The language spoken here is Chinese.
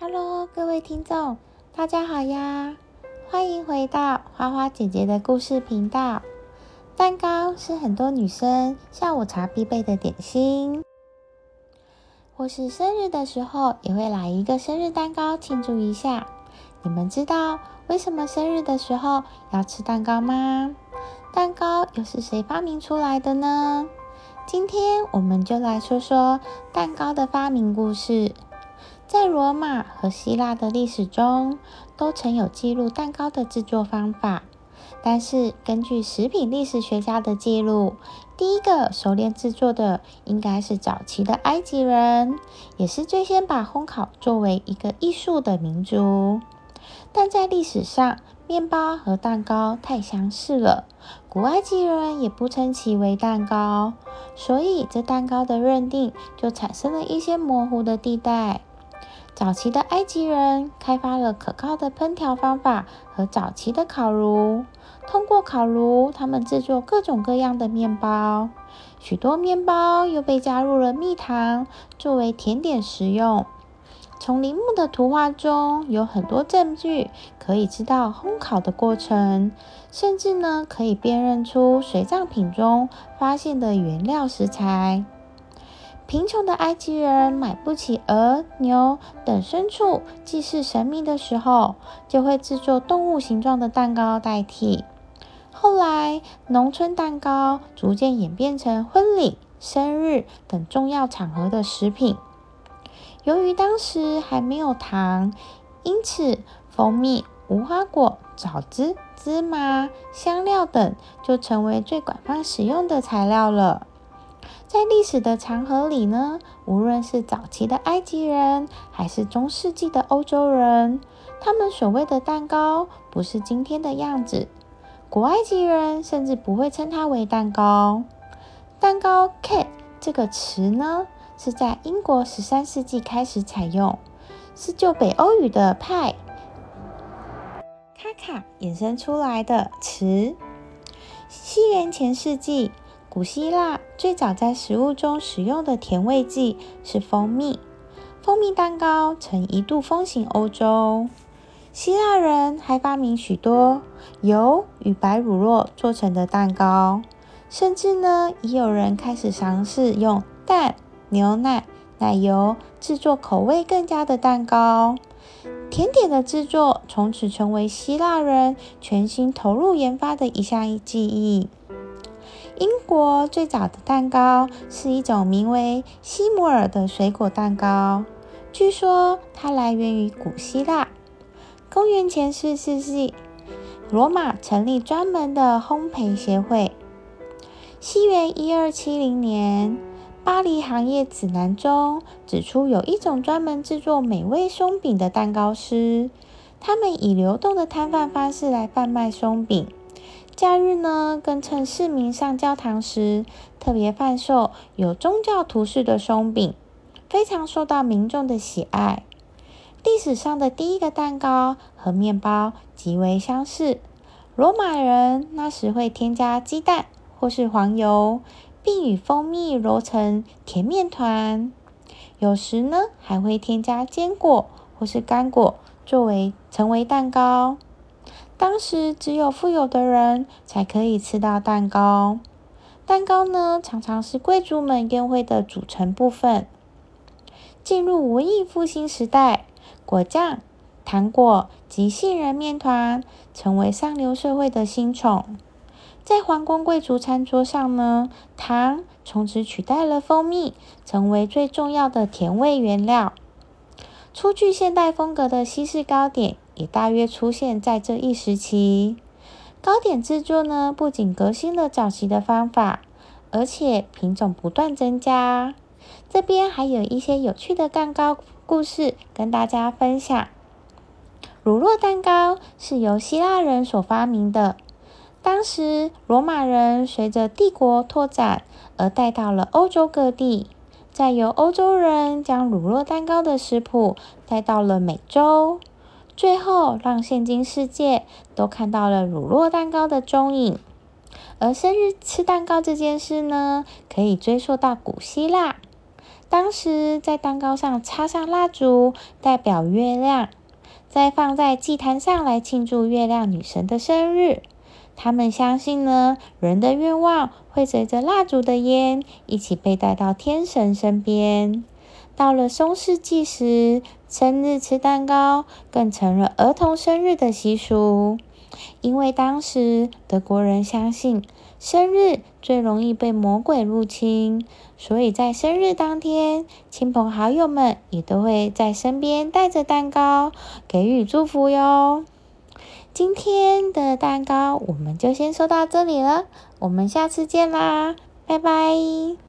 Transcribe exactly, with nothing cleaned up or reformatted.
Hello，各位听众，大家好呀！欢迎回到花花姐姐的故事频道。蛋糕是很多女生下午茶必备的点心，或是生日的时候也会来一个生日蛋糕庆祝一下。你们知道为什么生日的时候要吃蛋糕吗？蛋糕又是谁发明出来的呢？今天我们就来说说蛋糕的发明故事。在罗马和希腊的历史中，都曾有记录蛋糕的制作方法。但是根据食品历史学家的记录，第一个熟练制作的应该是早期的埃及人，也是最先把烘烤作为一个艺术的民族。但在历史上，面包和蛋糕太相似了，古埃及人也不称其为蛋糕，所以这蛋糕的认定就产生了一些模糊的地带。早期的埃及人开发了可靠的烹调方法和早期的烤炉，通过烤炉，他们制作各种各样的面包。许多面包又被加入了蜜糖，作为甜点食用。从陵墓的图画中有很多证据可以知道烘烤的过程，甚至呢可以辨认出随葬品中发现的原料食材。贫穷的埃及人买不起鹅、牛等牲畜祭祀神明的时候，就会制作动物形状的蛋糕代替。后来，农村蛋糕逐渐演变成婚礼、生日等重要场合的食品。由于当时还没有糖，因此蜂蜜、无花果、枣子、芝麻、香料等就成为最广泛使用的材料了。在历史的长河里呢，无论是早期的埃及人，还是中世纪的欧洲人，他们所谓的蛋糕不是今天的样子。古埃及人甚至不会称它为蛋糕。蛋糕 cake 这个词呢，是在英国十三世纪开始采用，是就北欧语的派卡卡衍生出来的词。西元前世纪，古希腊最早在食物中使用的甜味剂是蜂蜜，蜂蜜蛋糕曾一度风行欧洲。希腊人还发明许多油与白乳酪做成的蛋糕，甚至呢，也有人开始尝试用蛋、牛奶、奶油制作口味更佳的蛋糕。甜点的制作从此成为希腊人全心投入研发的一项技艺。英国最早的蛋糕是一种名为西姆尔的水果蛋糕，据说它来源于古希腊。公元前四世纪，罗马成立专门的烘焙协会。西元一二七零年，巴黎行业指南中指出，有一种专门制作美味松饼的蛋糕师，他们以流动的摊贩方式来贩卖松饼。假日呢，更趁市民上教堂时，特别贩售有宗教图示的松饼，非常受到民众的喜爱。历史上的第一个蛋糕和面包极为相似，罗马人那时会添加鸡蛋或是黄油，并与蜂蜜揉成甜面团，有时呢还会添加坚果或是干果作为成为蛋糕。当时只有富有的人才可以吃到蛋糕。蛋糕呢，常常是贵族们宴会的组成部分。进入文艺复兴时代，果酱、糖果及杏仁面团成为上流社会的新宠。在皇宫贵族餐桌上呢，糖从此取代了蜂蜜，成为最重要的甜味原料。初具现代风格的西式糕点也大约出现在这一时期。糕点制作呢，不仅革新了早期的方法，而且品种不断增加。这边还有一些有趣的蛋糕故事跟大家分享。乳酪蛋糕是由希腊人所发明的，当时罗马人随着帝国拓展而带到了欧洲各地，再由欧洲人将乳酪蛋糕的食谱带到了美洲，最后让现今世界都看到了乳酪蛋糕的踪影。而生日吃蛋糕这件事呢，可以追溯到古希腊。 当时在蛋糕上插上蜡烛，代表月亮，再放在祭坛上来庆祝月亮女神的生日。他们相信呢，人的愿望会随着蜡烛的烟一起被带到天神身边。到了中世纪时，生日吃蛋糕更成了儿童生日的习俗。因为当时德国人相信生日最容易被魔鬼入侵，所以在生日当天，亲朋好友们也都会在身边带着蛋糕，给予祝福哟。今天的蛋糕我们就先说到这里了，我们下次见啦，拜拜。